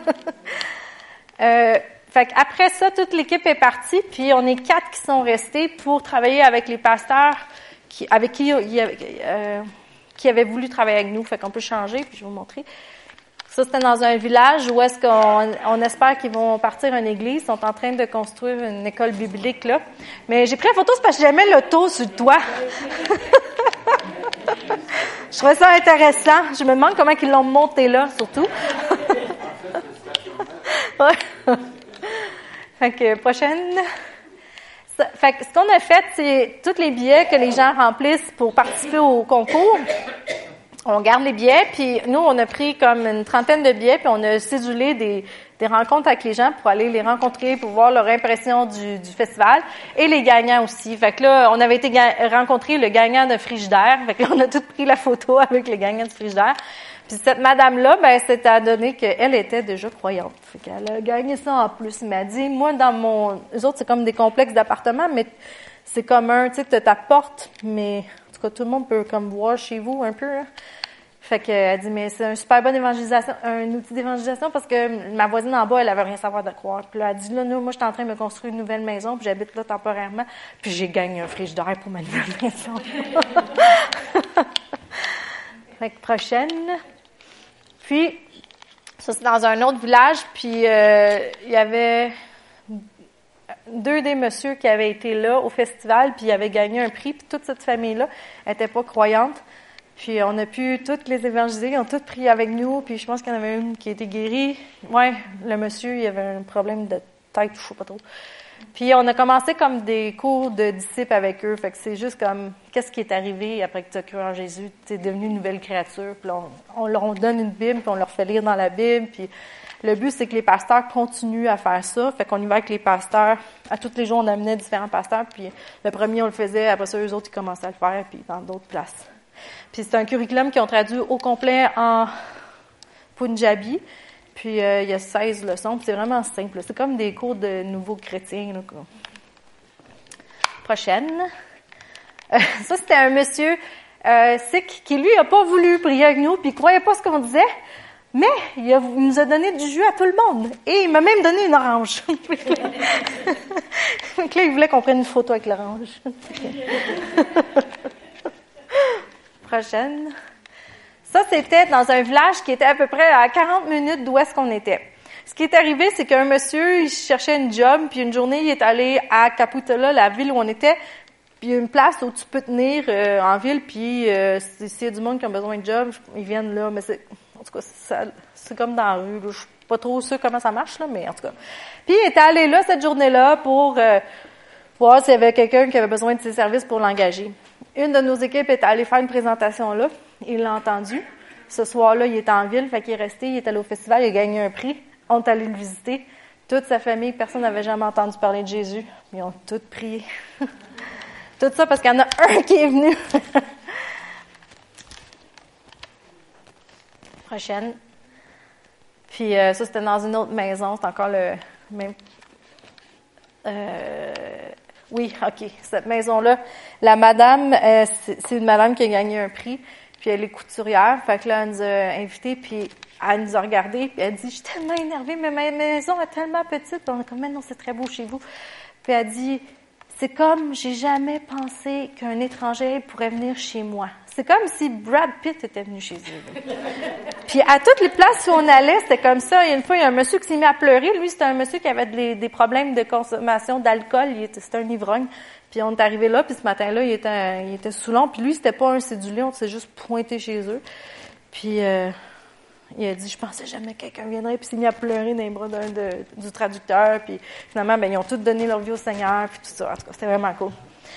Fait qu'après ça, toute l'équipe est partie, puis on est 4 qui sont restés pour travailler avec les pasteurs avec qui avaient voulu travailler avec nous. Fait qu'on peut changer, puis je vais vous montrer. Ça, c'était dans un village où est-ce qu'on espère qu'ils vont partir une église. Ils sont en train de construire une école biblique, là. Mais j'ai pris la photo, c'est parce que j'aimais l'auto sur le toit. Je trouvais ça intéressant. Je me demande comment ils l'ont monté là, surtout. Ouais. Fait que, prochaine. Fait que, ce qu'on a fait, c'est tous les billets que les gens remplissent pour participer au concours. On garde les billets, puis nous, on a pris comme une trentaine de billets, puis on a cédulé des rencontres avec les gens pour aller les rencontrer, pour voir leur impression du festival, et les gagnants aussi. Fait que là, on avait été rencontrer le gagnant de frigidaire, fait que là, on a tous pris la photo avec le gagnant de frigidaire. Puis cette madame-là, ben, c'était donné qu'elle était déjà croyante. Fait qu'elle a gagné ça en plus. Elle m'a dit, moi, eux autres, c'est comme des complexes d'appartements, mais c'est commun, tu sais, t'as ta porte, mais en tout cas, tout le monde peut comme voir chez vous un peu, hein. Fait qu'elle dit, mais c'est un super bon un outil d'évangélisation parce que ma voisine en bas, elle avait rien savoir de croire. Puis là, elle dit, là, moi, je suis en train de me construire une nouvelle maison, puis j'habite là temporairement, puis j'ai gagné un frigidaire pour ma nouvelle maison. Fait que prochaine. Puis, ça, c'est dans un autre village, puis il y avait 2 des messieurs qui avaient été là au festival, puis ils avaient gagné un prix, puis toute cette famille-là n'était pas croyante. Puis on a pu toutes les évangéliser, ils ont toutes prié avec nous, puis je pense qu'il y en avait une qui a été guérie. Ouais, le monsieur, il avait un problème de tête, je sais pas trop. Puis on a commencé comme des cours de disciples avec eux, fait que c'est juste comme, qu'est-ce qui est arrivé après que tu as cru en Jésus, tu es devenu une nouvelle créature, puis là, on leur donne une Bible, puis on leur fait lire dans la Bible, puis le but, c'est que les pasteurs continuent à faire ça, fait qu'on y va avec les pasteurs, à tous les jours, on amenait différents pasteurs, puis le premier, on le faisait, après ça, eux autres, ils commençaient à le faire, puis dans d'autres places. Puis c'est un curriculum qu'ils ont traduit au complet en Punjabi. Puis il y a 16 leçons, puis c'est vraiment simple. C'est comme des cours de nouveaux chrétiens. Là, quoi. Prochaine. Ça, c'était un monsieur sikh qui, lui, n'a pas voulu prier avec nous, puis il croyait pas ce qu'on disait. Mais il nous a donné du jus à tout le monde. Et il m'a même donné une orange. Donc là, il voulait qu'on prenne une photo avec l'orange. Prochaine. Ça, c'était dans un village qui était à peu près à 40 minutes d'où est-ce qu'on était. Ce qui est arrivé, c'est qu'un monsieur, il cherchait une job, puis une journée, il est allé à Kaputala, la ville où on était, puis il y a une place où tu peux tenir en ville, puis s'il y a du monde qui a besoin de job, ils viennent là, mais en tout cas, c'est comme dans la rue. Là. Je suis pas trop sûre comment ça marche, là, mais en tout cas. Puis il était allé là cette journée-là pour voir s'il y avait quelqu'un qui avait besoin de ses services pour l'engager. Une de nos équipes est allée faire une présentation là. Il l'a entendu. Ce soir-là, il était en ville, fait qu'il est resté, il est allé au festival, il a gagné un prix. On est allé le visiter. Toute sa famille, personne n'avait jamais entendu parler de Jésus. Ils ont tous prié. Tout ça parce qu'il y en a un qui est venu. Prochaine. Puis ça, c'était dans une autre maison. C'est encore le même... Oui, OK. Cette maison-là, la madame, c'est une madame qui a gagné un prix. Puis elle est couturière. Fait que là, elle nous a invités, puis elle nous a regardés. Puis elle dit, je suis tellement énervée, mais ma maison est tellement petite. Puis on est comme, mais non, c'est très beau chez vous. Puis elle dit... C'est comme, j'ai jamais pensé qu'un étranger pourrait venir chez moi. C'est comme si Brad Pitt était venu chez eux. Puis à toutes les places où on allait, c'était comme ça. Une fois, il y a un monsieur qui s'est mis à pleurer. Lui, c'était un monsieur qui avait des problèmes de consommation d'alcool. C'était un ivrogne. Puis on est arrivé là, puis ce matin-là, il était saoulant. Puis lui, c'était pas un cédulé, on s'est juste pointé chez eux. Puis il a dit, je pensais jamais que quelqu'un viendrait, puis il s'est mis à pleurer dans les bras du traducteur, puis finalement, ils ont tous donné leur vie au Seigneur, puis tout ça. En tout cas, c'était vraiment cool.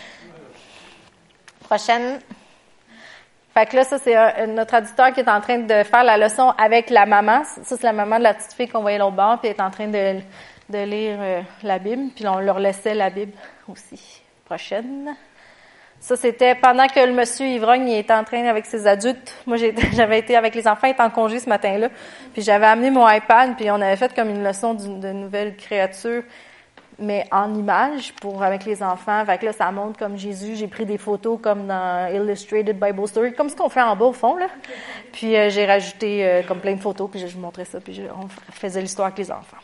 Prochaine. Fait que là, ça, c'est notre traducteur qui est en train de faire la leçon avec la maman. Ça, c'est la maman de la petite fille qu'on voyait l'autre bord, puis elle est en train de lire la Bible, puis on leur laissait la Bible aussi. Prochaine. Ça, c'était pendant que le monsieur ivrogne il était en train avec ses adultes. Moi, j'avais été avec les enfants, il était en congé ce matin-là. Puis j'avais amené mon iPad, puis on avait fait comme une leçon de nouvelles créatures, mais en images avec les enfants. Fait que là, ça montre comme Jésus. J'ai pris des photos comme dans Illustrated Bible Story, comme ce qu'on fait en bas au fond, là. Puis j'ai rajouté comme plein de photos, puis je vous montrais ça, puis on faisait l'histoire avec les enfants.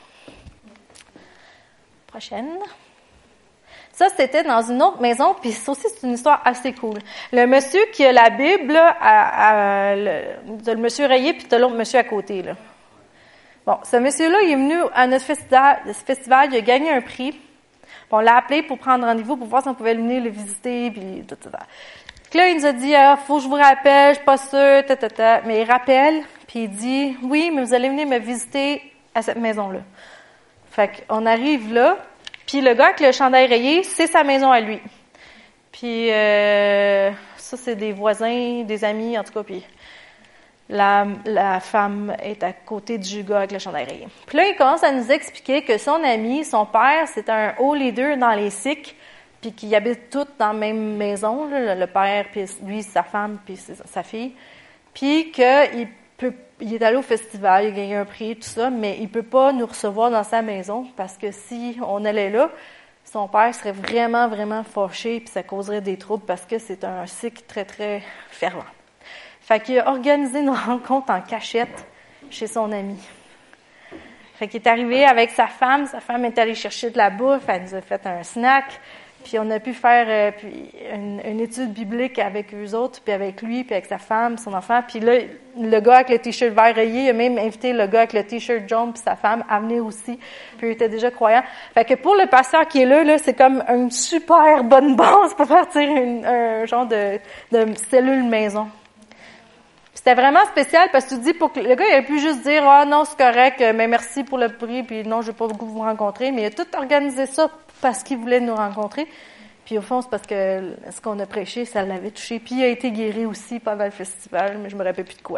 Prochaine. Ça, c'était dans une autre maison, puis ça aussi, c'est une histoire assez cool. Le monsieur qui a la Bible, là, le monsieur rayé, puis t'as l'autre monsieur à côté, là. Bon, ce monsieur-là, il est venu à notre festival, il a gagné un prix. Puis on l'a appelé pour prendre rendez-vous, pour voir si on pouvait venir le visiter, puis tout ça. Puis là, il nous a dit, faut que je vous rappelle, je suis pas sûre, Mais il rappelle, puis il dit, oui, mais vous allez venir me visiter à cette maison-là. Fait qu'on arrive là, puis le gars avec le chandail rayé, c'est sa maison à lui. Puis ça, c'est des voisins, des amis, en tout cas. Puis la femme est à côté du gars avec le chandail rayé. Puis là, il commence à nous expliquer que son ami, son père, c'est un haut leader dans les Sikhs, puis qu'ils habitent tous dans la même maison, là, le père, puis lui, sa femme, puis sa fille. Puis il est allé au festival, il a gagné un prix, tout ça, mais il peut pas nous recevoir dans sa maison parce que si on allait là, son père serait vraiment, vraiment fâché puis ça causerait des troubles parce que c'est un Sikh très, très fervent. Fait qu'il a organisé une rencontre en cachette chez son ami. Fait qu'il est arrivé avec sa femme est allée chercher de la bouffe, elle nous a fait un snack, puis on a pu faire une étude biblique avec eux autres, puis avec lui, puis avec sa femme, son enfant. Puis là, le gars avec le t-shirt vert rayé, il a même invité le gars avec le t-shirt jaune puis sa femme à venir aussi. Puis il était déjà croyant. Fait que pour le pasteur qui est là, c'est comme une super bonne base pour partir un genre de cellule maison. C'était vraiment spécial parce que tu dis pour que le gars il aurait pu juste dire non c'est correct mais merci pour le prix puis non je veux pas beaucoup vous rencontrer, mais il a tout organisé ça parce qu'il voulait nous rencontrer. Puis au fond c'est parce que ce qu'on a prêché ça l'avait touché, puis il a été guéri aussi pendant le festival, mais je me rappelle plus de quoi.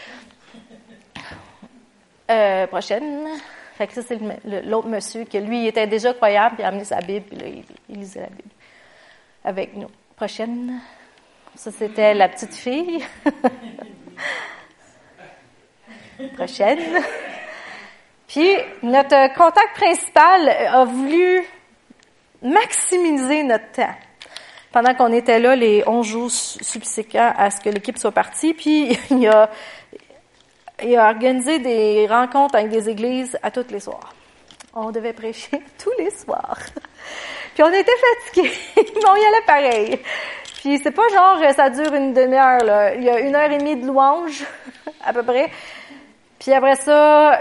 Prochaine. Fait que ça c'est l'autre monsieur que lui il était déjà croyant puis il a amené sa Bible puis là il lisait la Bible avec nous. Prochaine. Ça c'était la petite fille. Prochaine. Puis, notre contact principal a voulu maximiser notre temps. Pendant qu'on était là, les 11 jours subséquents à ce que l'équipe soit partie, puis il a organisé des rencontres avec des églises à tous les soirs. On devait prêcher tous les soirs. Puis on était fatigués, mais on y allait pareil. Puis c'est pas genre, ça dure une demi-heure, là. Il y a 1h30 de louange, à peu près. Puis après ça,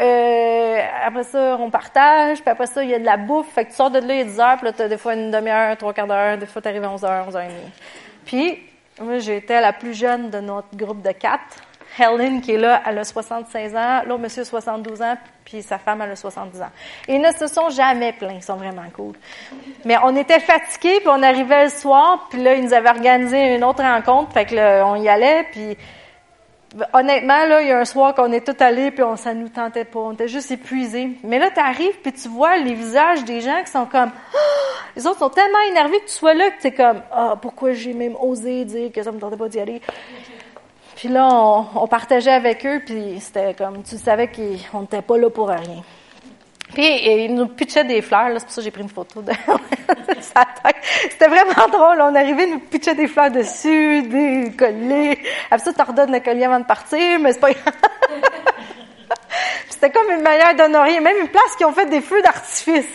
on partage. Puis après ça, il y a de la bouffe. Fait que tu sors de là, il y a 10 heures. Puis là, t'as des fois une demi-heure, 3/4 d'heure. Des fois, t'arrives à 11h, 11h30. Puis, moi, j'étais la plus jeune de notre groupe de 4. Helen, qui est là, elle a 76 ans. L'autre monsieur a 72 ans. Puis sa femme, elle a 70 ans. Et ils ne se sont jamais plaints. Ils sont vraiment cool. Mais on était fatigués. Puis on arrivait le soir. Puis là, ils nous avaient organisé une autre rencontre. Fait que là, on y allait. Puis honnêtement, là, il y a un soir qu'on est tous allés, puis ça nous tentait pas. On était juste épuisés. Mais là, t'arrives, puis tu vois les visages des gens qui sont comme, les autres sont tellement énervés que tu sois là, que t'es comme, pourquoi j'ai même osé dire que ça me tentait pas d'y aller. Puis là, on partageait avec eux, puis c'était comme, tu savais qu'on n'était pas là pour rien. Puis, ils nous pitchaient des fleurs, là, c'est pour ça que j'ai pris une photo de sa tête. C'était vraiment drôle, on arrivait, ils nous pitchaient des fleurs dessus, des colliers. Après ça, tu redonnes le collier avant de partir, mais c'est pas grave. C'était comme une manière d'honorer, même une place qui ont fait des feux d'artifice.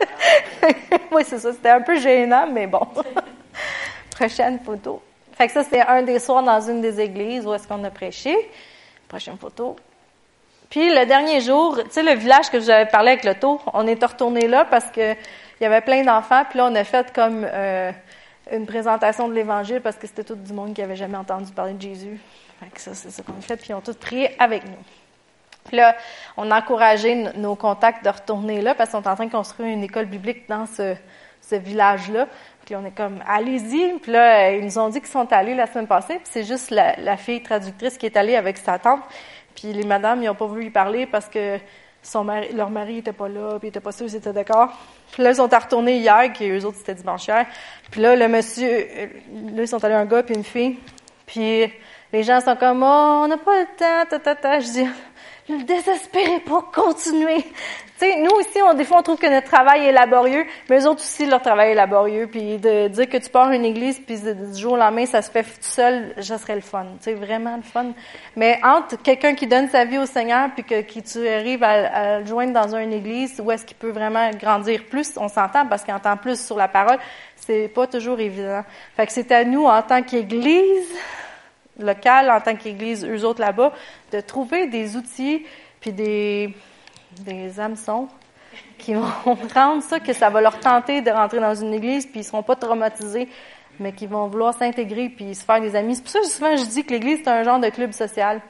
Oui, c'est ça, c'était un peu gênant, mais bon. Prochaine photo. Fait que ça, c'était un des soirs dans une des églises où est-ce qu'on a prêché. Prochaine photo. Puis le dernier jour, tu sais, le village que j'avais parlé avec l'auto, on est retourné là parce que il y avait plein d'enfants. Puis là, on a fait comme une présentation de l'Évangile parce que c'était tout du monde qui avait jamais entendu parler de Jésus. Fait que ça, c'est ça qu'on a fait. Puis ils ont tous prié avec nous. Puis là, on a encouragé nos contacts de retourner là parce qu'on est en train de construire une école biblique dans ce village-là. Puis on est comme, allez-y. Puis là, ils nous ont dit qu'ils sont allés la semaine passée. Puis c'est juste la fille traductrice qui est allée avec sa tante. Puis les madames, ils n'ont pas voulu y parler parce que leur mari était pas là, puis ils étaient pas sûrs s'ils étaient d'accord. Puis là, ils sont retournés hier, qui eux autres, c'était dimanche hier. Puis là, le monsieur, là, ils sont allés un gars puis une fille. Puis les gens sont comme, on n'a pas le temps, Je dis, ne désespérez pas, continuez. Tu sais, nous aussi, des fois, on trouve que notre travail est laborieux, mais eux autres aussi, leur travail est laborieux. Puis de dire que tu pars une église, puis du jour au lendemain, ça se fait tout seul, ça serait le fun. Tu sais, vraiment le fun. Mais entre quelqu'un qui donne sa vie au Seigneur, puis que tu arrives à le joindre dans une église, où est-ce qu'il peut vraiment grandir plus, on s'entend parce qu'il entend plus sur la parole, c'est pas toujours évident. Fait que c'est à nous, en tant qu'église locale, en tant qu'église, eux autres là-bas, de trouver des outils, puis des hameçons qui vont rendre ça, que ça va leur tenter de rentrer dans une église, puis ils seront pas traumatisés, mais qui vont vouloir s'intégrer puis se faire des amis. C'est pour ça que souvent je dis que l'église, c'est un genre de club social.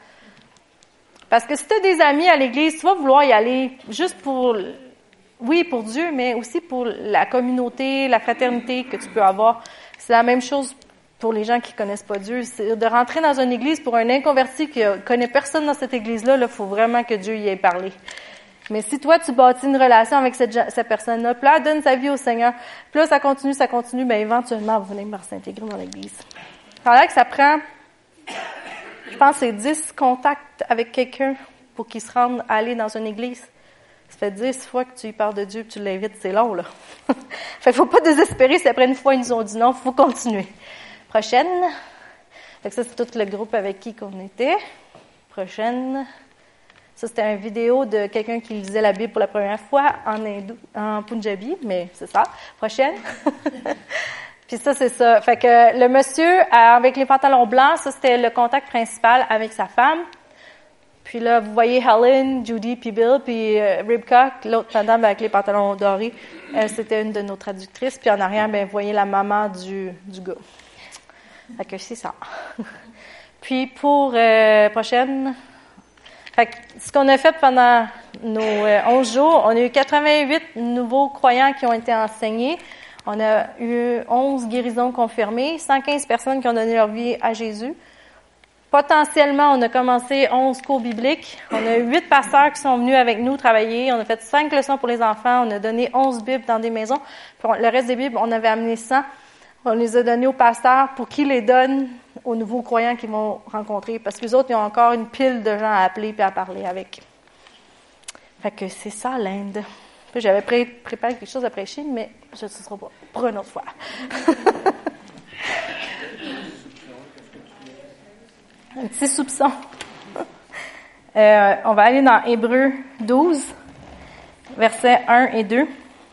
Parce que si tu as des amis à l'église, tu vas vouloir y aller juste pour Dieu, mais aussi pour la communauté, la fraternité que tu peux avoir. C'est la même chose pour les gens qui connaissent pas Dieu. C'est de rentrer dans une église pour un inconverti qui connaît personne dans cette église-là, il faut vraiment que Dieu y ait parlé. Mais si toi, tu bâtis une relation avec cette personne-là, puis là, elle donne sa vie au Seigneur, puis là, ça continue, ben éventuellement, vous venez par s'intégrer dans l'église. Alors là que ça prend, je pense, c'est 10 contacts avec quelqu'un pour qu'il se rende à aller dans une église. Ça fait 10 fois que tu lui parles de Dieu et tu l'invites, c'est long, là. Fait qu'il faut pas désespérer si après une fois, ils nous ont dit non, faut continuer. Prochaine. Fait que ça, c'est tout le groupe avec qui qu'on était. Prochaine. Ça, c'était une vidéo de quelqu'un qui lisait la Bible pour la première fois en hindou, en punjabi, mais c'est ça. Prochaine. Puis ça, c'est ça. Fait que le monsieur avec les pantalons blancs, ça, c'était le contact principal avec sa femme. Puis là, vous voyez Helen, Judy, puis Bill, puis Ribka, l'autre madame avec les pantalons dorés. Elle, c'était une de nos traductrices. Puis en arrière, ben, vous voyez la maman du gars. Fait que c'est ça. Puis pour prochaine... Fait que ce qu'on a fait pendant nos 11 jours, on a eu 88 nouveaux croyants qui ont été enseignés. On a eu 11 guérisons confirmées, 115 personnes qui ont donné leur vie à Jésus. Potentiellement, on a commencé 11 cours bibliques. On a eu 8 pasteurs qui sont venus avec nous travailler. On a fait 5 leçons pour les enfants. On a donné 11 Bibles dans des maisons. Puis le reste des Bibles, on avait amené 100. On les a donnés aux pasteurs pour qu'ils les donnent aux nouveaux croyants qu'ils vont rencontrer. Parce que les autres, ils ont encore une pile de gens à appeler et à parler avec. Fait que c'est ça, l'Inde. Puis j'avais préparé quelque chose à prêcher, mais ce ne sera pas pour une autre fois. Un petit soupçon. On va aller dans Hébreux 12, versets 1 et 2,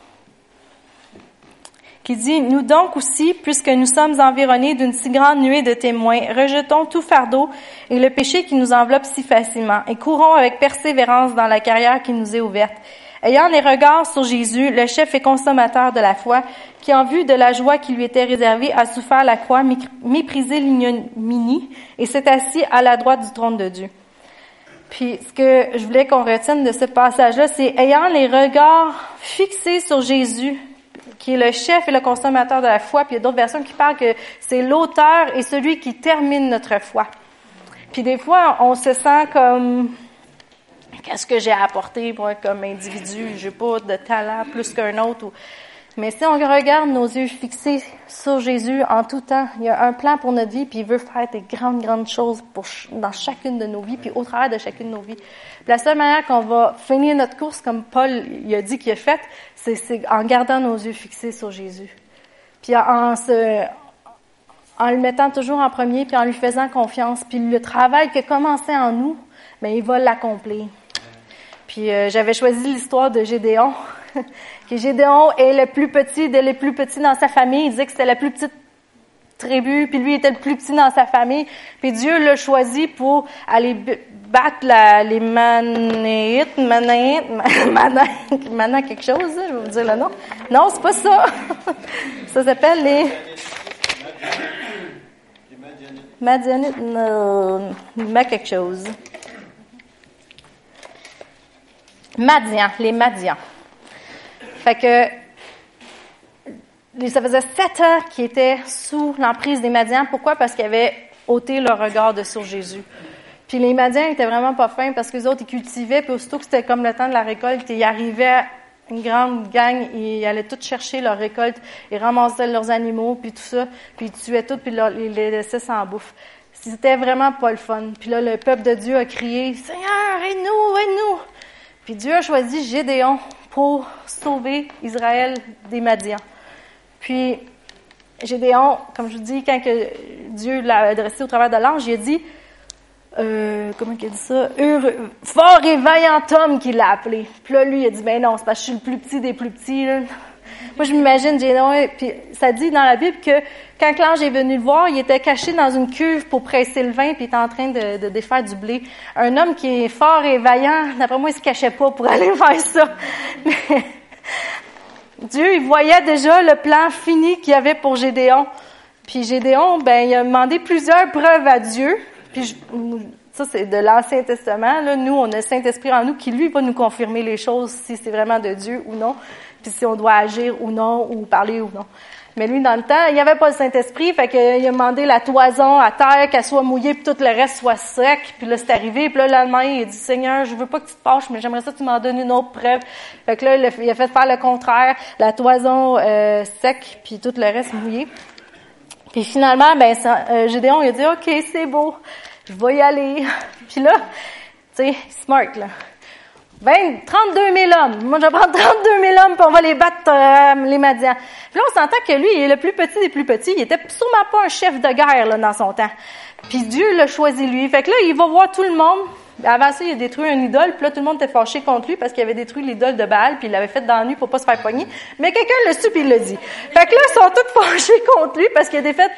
qui dit « Nous donc aussi, puisque nous sommes environnés d'une si grande nuée de témoins, rejetons tout fardeau et le péché qui nous enveloppe si facilement, et courons avec persévérance dans la carrière qui nous est ouverte, ayant les regards sur Jésus, le chef et consommateur de la foi, qui en vue de la joie qui lui était réservée a souffert la croix, méprisé l'ignominie, et s'est assis à la droite du trône de Dieu. » Puis, ce que je voulais qu'on retienne de ce passage-là, c'est ayant les regards fixés sur Jésus, qui est le chef et le consommateur de la foi. Puis il y a d'autres versions qui parlent que c'est l'auteur et celui qui termine notre foi. Puis des fois, on se sent comme, qu'est-ce que j'ai à apporter moi comme individu? J'ai pas de talent plus qu'un autre. Mais si on regarde nos yeux fixés sur Jésus en tout temps, il y a un plan pour notre vie, puis il veut faire des grandes choses dans chacune de nos vies, puis au travers de chacune de nos vies. Puis la seule manière qu'on va finir notre course, comme Paul il a dit qu'il a fait, c'est en gardant nos yeux fixés sur Jésus. Puis en le mettant toujours en premier, puis en lui faisant confiance. Puis le travail qui a commencé en nous, mais il va l'accomplir. Puis j'avais choisi l'histoire de Gédéon. Que Gédéon est le plus petit des plus petits dans sa famille. Il disait que c'était la plus petite tribu, puis lui était le plus petit dans sa famille. Puis Dieu l'a choisi pour aller battre les Manaïtes, Mana quelque chose, je vais vous dire le nom. Non, c'est pas ça. Ça s'appelle les Madianites, non, quelque chose. Madian, les Madians. Fait que ça faisait 7 ans qu'ils étaient sous l'emprise des Madians. Pourquoi? Parce qu'ils avaient ôté leur regard de sur Jésus. Puis les Madians étaient vraiment pas fins parce que les autres, ils cultivaient, puis aussitôt que c'était comme le temps de la récolte, ils arrivaient une grande gang, ils allaient tous chercher leur récolte, ils ramassaient leurs animaux, puis tout ça, puis ils tuaient tout, puis ils les laissaient sans bouffe. C'était vraiment pas le fun. Puis là, le peuple de Dieu a crié « Seigneur, aide-nous, aide-nous! » Puis Dieu a choisi Gédéon pour sauver Israël des Madians. Puis Gédéon, comme je vous dis, quand que Dieu l'a adressé au travers de l'ange, il a dit, comment il a dit ça? Fort et vaillant homme qu'il l'a appelé. Puis là, lui, il a dit, ben non, c'est parce que je suis le plus petit des plus petits, là. Moi, je m'imagine Gédéon, puis ça dit dans la Bible que quand l'ange est venu le voir, il était caché dans une cuve pour presser le vin, puis il était en train de défaire du blé. Un homme qui est fort et vaillant, d'après moi, il se cachait pas pour aller faire ça. Mais Dieu, il voyait déjà le plan fini qu'il y avait pour Gédéon. Puis Gédéon, ben, il a demandé plusieurs preuves à Dieu. Puis ça, c'est de l'Ancien Testament. Là, nous, on a le Saint-Esprit en nous qui, lui, va nous confirmer les choses, si c'est vraiment de Dieu ou non, puis si on doit agir ou non, ou parler ou non. Mais lui, dans le temps, il n'y avait pas le Saint-Esprit, fait qu'il a demandé la toison à terre, qu'elle soit mouillée, puis tout le reste soit sec. Puis là, c'est arrivé, puis là, le lendemain, il a dit, Seigneur, je veux pas que tu te fâches, mais j'aimerais ça que tu m'en donnes une autre preuve. Fait que là, il a fait faire le contraire, la toison sec, puis tout le reste mouillé. Puis finalement, ben Gédéon, il a dit, OK, c'est beau, je vais y aller. Puis là, tu sais, smart, là. 32 000 hommes. Moi, je vais prendre 32 000 hommes, puis on va les battre, les Madians. Puis là, on s'entend que lui, il est le plus petit des plus petits. Il était sûrement pas un chef de guerre, là, dans son temps. Puis Dieu l'a choisi, lui. Fait que là, il va voir tout le monde. Avant ça, il a détruit un idole, puis là, tout le monde était fâché contre lui parce qu'il avait détruit l'idole de Baal, puis il l'avait fait dans la nuit pour pas se faire pogner. Mais quelqu'un l'a su, puis il l'a dit. Fait que là, ils sont tous fâchés contre lui parce qu'il a défait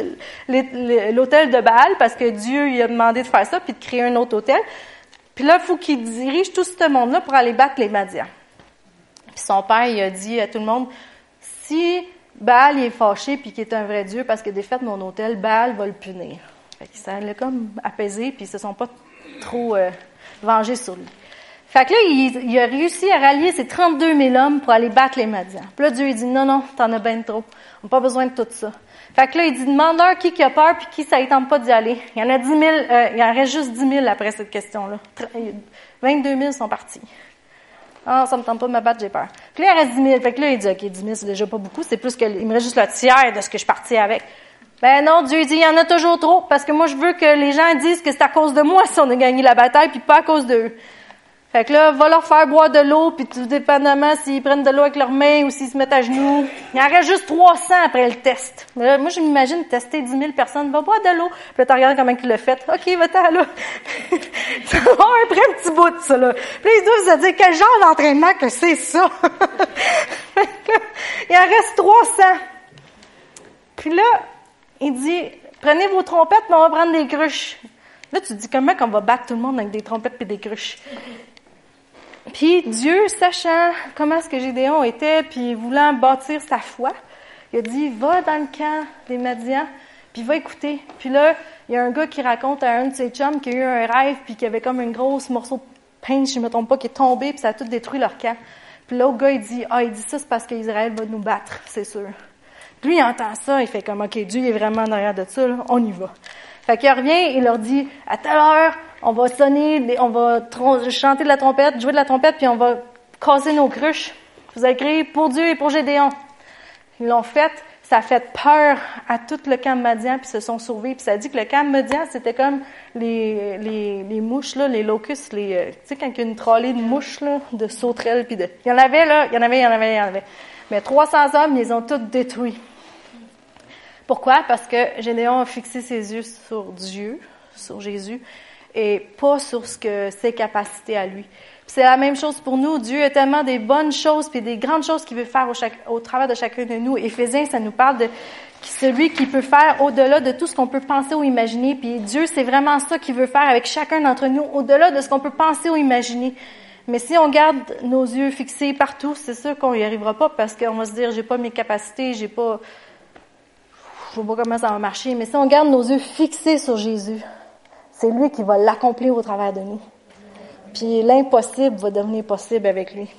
l'autel de Baal, parce que Dieu lui a demandé de faire ça, puis de créer un autre autel. Puis là, il faut qu'il dirige tout ce monde-là pour aller battre les Madians. Puis son père, il a dit à tout le monde, si Baal il est fâché puis qu'il est un vrai Dieu parce qu'il a défait mon autel, Baal va le punir. Fait que ça l'a comme apaisé, puis ils se sont pas trop vengés sur lui. Fait que là, il a réussi à rallier ses 32 000 hommes pour aller battre les Madians. Puis là, Dieu, il dit, non, t'en as bien trop. On n'a pas besoin de tout ça. Fait que là, il dit, demande-leur qui a peur puis qui ça ne tente pas d'y aller. Il y en a 10 000, il en reste juste 10 000 après cette question-là. 22 000 sont partis. Ah, ça me tente pas de me battre, j'ai peur. Puis là, il reste 10 000. Fait que là, il dit, OK, 10 000, c'est déjà pas beaucoup. C'est plus que, il me reste juste le tiers de ce que je partais avec. Ben non, Dieu dit, il y en a toujours trop, parce que moi, je veux que les gens disent que c'est à cause de moi si on a gagné la bataille, puis pas à cause d'eux. Fait que là, va leur faire boire de l'eau, puis tout dépendamment s'ils prennent de l'eau avec leurs mains ou s'ils se mettent à genoux. Il en reste juste 300 après le test. Mais là, moi, je m'imagine tester 10 000 personnes. Va boire de l'eau. Puis là, tu regardes comment il l'a fait. OK, va-t'en là. Ça va après un petit bout de ça, là. Puis là, ils doivent se dire, quel genre d'entraînement que c'est ça? Il en reste 300. Puis là, il dit, prenez vos trompettes, mais on va prendre des cruches. Là, tu te dis, comment qu'on va battre tout le monde avec des trompettes et des cruches? Puis Dieu, sachant comment est-ce que Gédéon était, puis voulant bâtir sa foi, il a dit, va dans le camp des Madians, puis va écouter. Puis là, il y a un gars qui raconte à un de ses chums qui a eu un rêve, puis qui avait comme un gros morceau de pain, si je me trompe pas, qui est tombé, puis ça a tout détruit leur camp. Puis l'autre gars, il dit ça, c'est parce qu'Israël va nous battre, c'est sûr. Puis lui, il entend ça, il fait comme, OK, Dieu est vraiment derrière de ça, là, on y va. Fait qu'il revient, il leur dit, à telle heure, on va sonner, on va chanter de la trompette, jouer de la trompette, puis on va casser nos cruches. Vous avez crié pour Dieu et pour Gédéon. Ils l'ont fait, ça a fait peur à tout le camp de Madian, puis se sont sauvés. Puis ça dit que le camp de Madian, c'était comme les mouches, là, les locusts, tu sais, quand il y a une trolley de mouches, là, de sauterelles, puis il y en avait, là, il y en avait. Mais 300 hommes, ils les ont tous détruits. Pourquoi? Parce que Gédéon a fixé ses yeux sur Dieu, sur Jésus, et pas sur ses capacités à lui. Puis c'est la même chose pour nous. Dieu a tellement des bonnes choses puis des grandes choses qu'il veut faire au travers de chacun de nous. Éphésiens, ça nous parle de celui qui peut faire au-delà de tout ce qu'on peut penser ou imaginer. Puis Dieu, c'est vraiment ça qu'il veut faire avec chacun d'entre nous, au-delà de ce qu'on peut penser ou imaginer. Mais si on garde nos yeux fixés partout, c'est sûr qu'on y arrivera pas parce qu'on va se dire, j'ai pas mes capacités, je sais pas comment ça va marcher. Mais si on garde nos yeux fixés sur Jésus, c'est lui qui va l'accomplir au travers de nous. Puis l'impossible va devenir possible avec lui.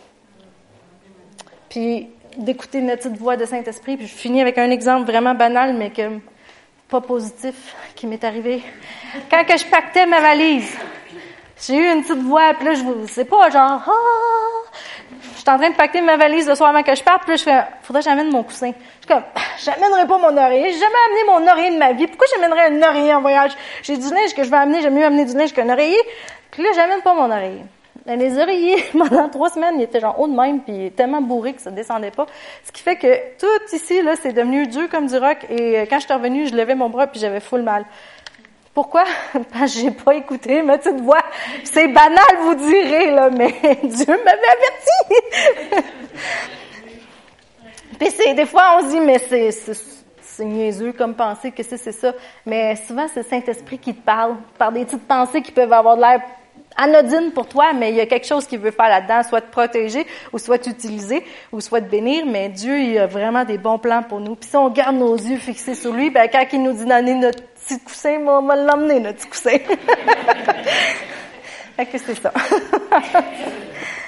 Puis d'écouter notre petite voix de Saint-Esprit. Puis je finis avec un exemple vraiment banal, mais pas positif, qui m'est arrivé. Quand que je pactais ma valise, j'ai eu une petite voix, puis là, je sais pas, genre, je suis en train de pacter ma valise le soir avant que je parte, puis là, je fais, faudrait que j'amène mon coussin. Je suis comme, j'amènerai pas mon oreiller. J'ai jamais amené mon oreiller de ma vie. Pourquoi j'amènerais un oreiller en voyage? J'ai du linge que je vais amener, j'aime mieux amener du linge qu'un oreiller. Puis là, j'amène pas mon oreiller. Mais les oreillers, pendant 3 semaines, ils étaient genre haut de même, puis tellement bourrés que ça descendait pas. Ce qui fait que tout ici, là, c'est devenu dur comme du roc, et quand je suis revenue, je levais mon bras, puis j'avais full mal. Pourquoi? Parce que j'ai pas écouté ma petite voix. C'est banal, vous direz, là, mais Dieu m'avait averti. Puis des fois, on se dit, mais c'est niaiseux comme pensée que c'est ça. Mais souvent, c'est le Saint-Esprit qui te parle par des petites pensées qui peuvent avoir de l'air anodines pour toi, mais il y a quelque chose qu'il veut faire là-dedans, soit te protéger, ou soit t'utiliser, ou soit te bénir, mais Dieu, il a vraiment des bons plans pour nous. Puis si on garde nos yeux fixés sur lui, ben quand il nous dit d'amener notre petit coussin, on va l'emmener, notre petit coussin. Fait que c'est ça.